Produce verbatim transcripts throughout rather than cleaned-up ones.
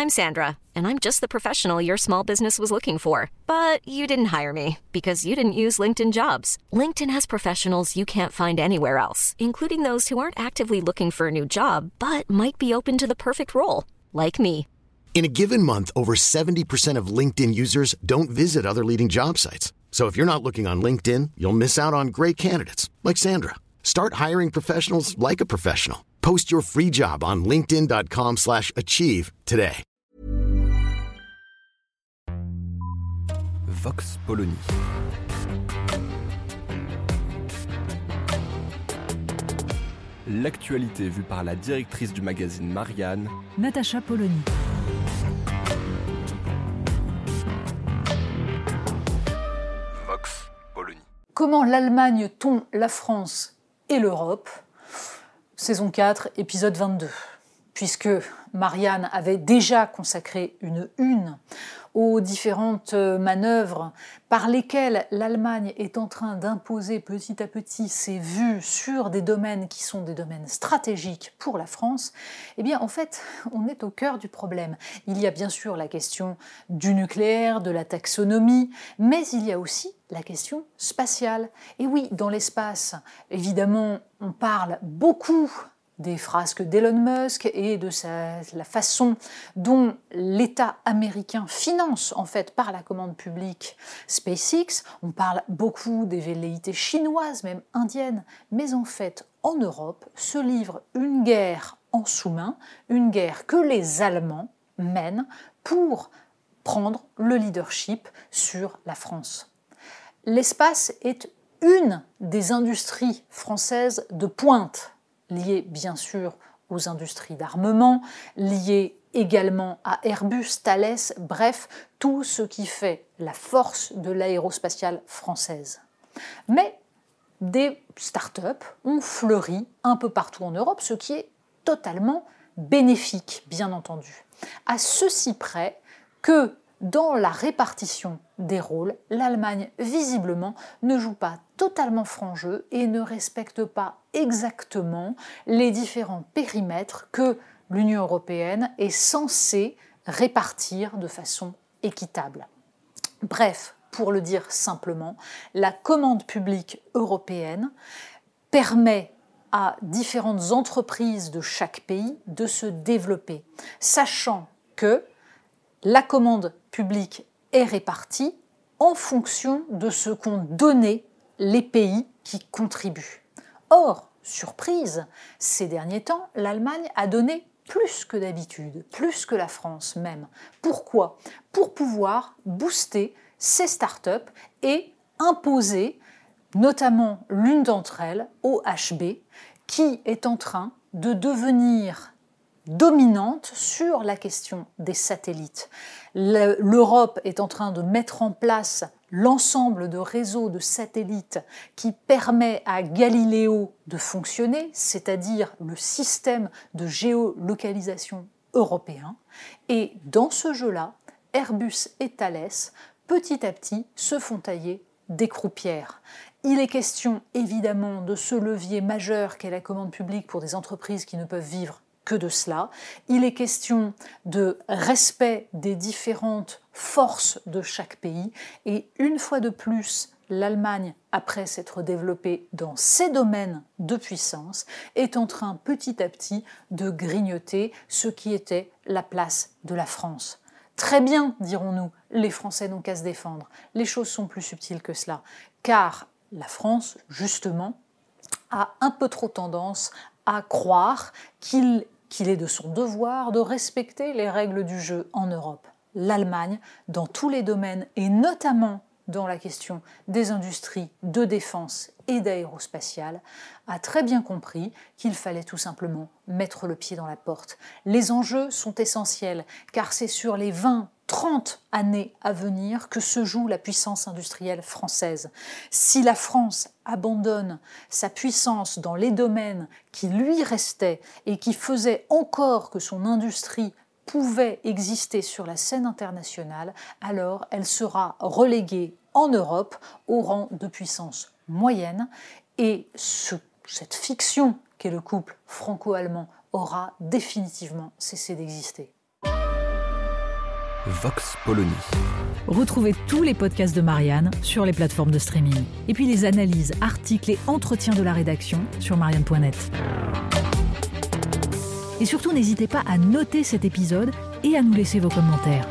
I'm Sandra, and I'm just the professional your small business was looking for. But you didn't hire me because you didn't use LinkedIn Jobs. LinkedIn has professionals you can't find anywhere else, including those who aren't actively looking for a new job, but might be open to the perfect role, like me. In a given month, over seventy percent of LinkedIn users don't visit other leading job sites. So if you're not looking on LinkedIn, you'll miss out on great candidates like Sandra. Start hiring professionals like a professional. Post your free job on linkedin dot com slash achieve today. Vox Polony. L'actualité vue par la directrice du magazine Marianne, Natacha Polony. Vox Polony. Comment l'Allemagne tond la France et l'Europe ? Saison quatre, épisode vingt-deux. Puisque Marianne avait déjà consacré une une aux différentes manœuvres par lesquelles l'Allemagne est en train d'imposer petit à petit ses vues sur des domaines qui sont des domaines stratégiques pour la France, eh bien en fait, on est au cœur du problème. Il y a bien sûr la question du nucléaire, de la taxonomie, mais il y a aussi la question spatiale. Et oui, dans l'espace, évidemment, on parle beaucoup des frasques d'Elon Musk et de sa, la façon dont l'État américain finance en fait par la commande publique SpaceX. On parle beaucoup des velléités chinoises, même indiennes, mais en fait en Europe se livre une guerre en sous-main, une guerre que les Allemands mènent pour prendre le leadership sur la France. L'espace est une des industries françaises de pointe, liées bien sûr aux industries d'armement, liées également à Airbus, Thales, bref, tout ce qui fait la force de l'aérospatiale française. Mais des start-up ont fleuri un peu partout en Europe, ce qui est totalement bénéfique, bien entendu. À ceci près que dans la répartition des rôles, l'Allemagne, visiblement, ne joue pas totalement franc jeu et ne respecte pas exactement les différents périmètres que l'Union européenne est censée répartir de façon équitable. Bref, pour le dire simplement, la commande publique européenne permet à différentes entreprises de chaque pays de se développer, sachant que la commande publique est répartie en fonction de ce qu'ont donné les pays qui contribuent. Or, surprise, ces derniers temps, l'Allemagne a donné plus que d'habitude, plus que la France même. Pourquoi ? Pour pouvoir booster ces startups et imposer notamment l'une d'entre elles, O H B, qui est en train de devenir dominante sur la question des satellites. L'Europe est en train de mettre en place l'ensemble de réseaux de satellites qui permet à Galileo de fonctionner, c'est-à-dire le système de géolocalisation européen. Et dans ce jeu-là, Airbus et Thales, petit à petit, se font tailler des croupières. Il est question évidemment de ce levier majeur qu'est la commande publique pour des entreprises qui ne peuvent vivre que de cela. Il est question de respect des différentes forces de chaque pays et une fois de plus, l'Allemagne, après s'être développée dans ces domaines de puissance, est en train petit à petit de grignoter ce qui était la place de la France. Très bien, dirons-nous, les Français n'ont qu'à se défendre. Les choses sont plus subtiles que cela, car la France, justement, a un peu trop tendance à croire qu'il qu'il est de son devoir de respecter les règles du jeu en Europe. L'Allemagne, dans tous les domaines, et notamment dans la question des industries de défense et d'aérospatiale, a très bien compris qu'il fallait tout simplement mettre le pied dans la porte. Les enjeux sont essentiels, car c'est sur les vingt trente années à venir que se joue la puissance industrielle française. Si la France abandonne sa puissance dans les domaines qui lui restaient et qui faisaient encore que son industrie pouvait exister sur la scène internationale, alors elle sera reléguée en Europe au rang de puissance moyenne et ce, cette fiction qu'est le couple franco-allemand aura définitivement cessé d'exister. Vox Polony. Retrouvez tous les podcasts de Marianne sur les plateformes de streaming. Et puis les analyses, articles et entretiens de la rédaction sur marianne point net. Et surtout, n'hésitez pas à noter cet épisode et à nous laisser vos commentaires.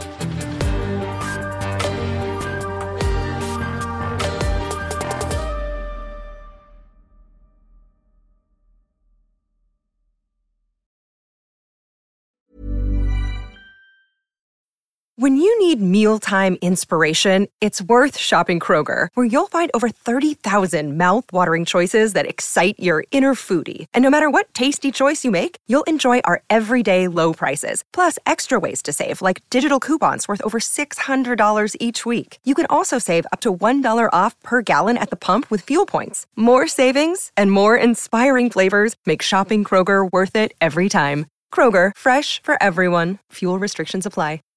When you need mealtime inspiration, it's worth shopping Kroger, where you'll find over thirty thousand mouth-watering choices that excite your inner foodie. And no matter what tasty choice you make, you'll enjoy our everyday low prices, plus extra ways to save, like digital coupons worth over six hundred dollars each week. You can also save up to one dollar off per gallon at the pump with fuel points. More savings and more inspiring flavors make shopping Kroger worth it every time. Kroger, fresh for everyone. Fuel restrictions apply.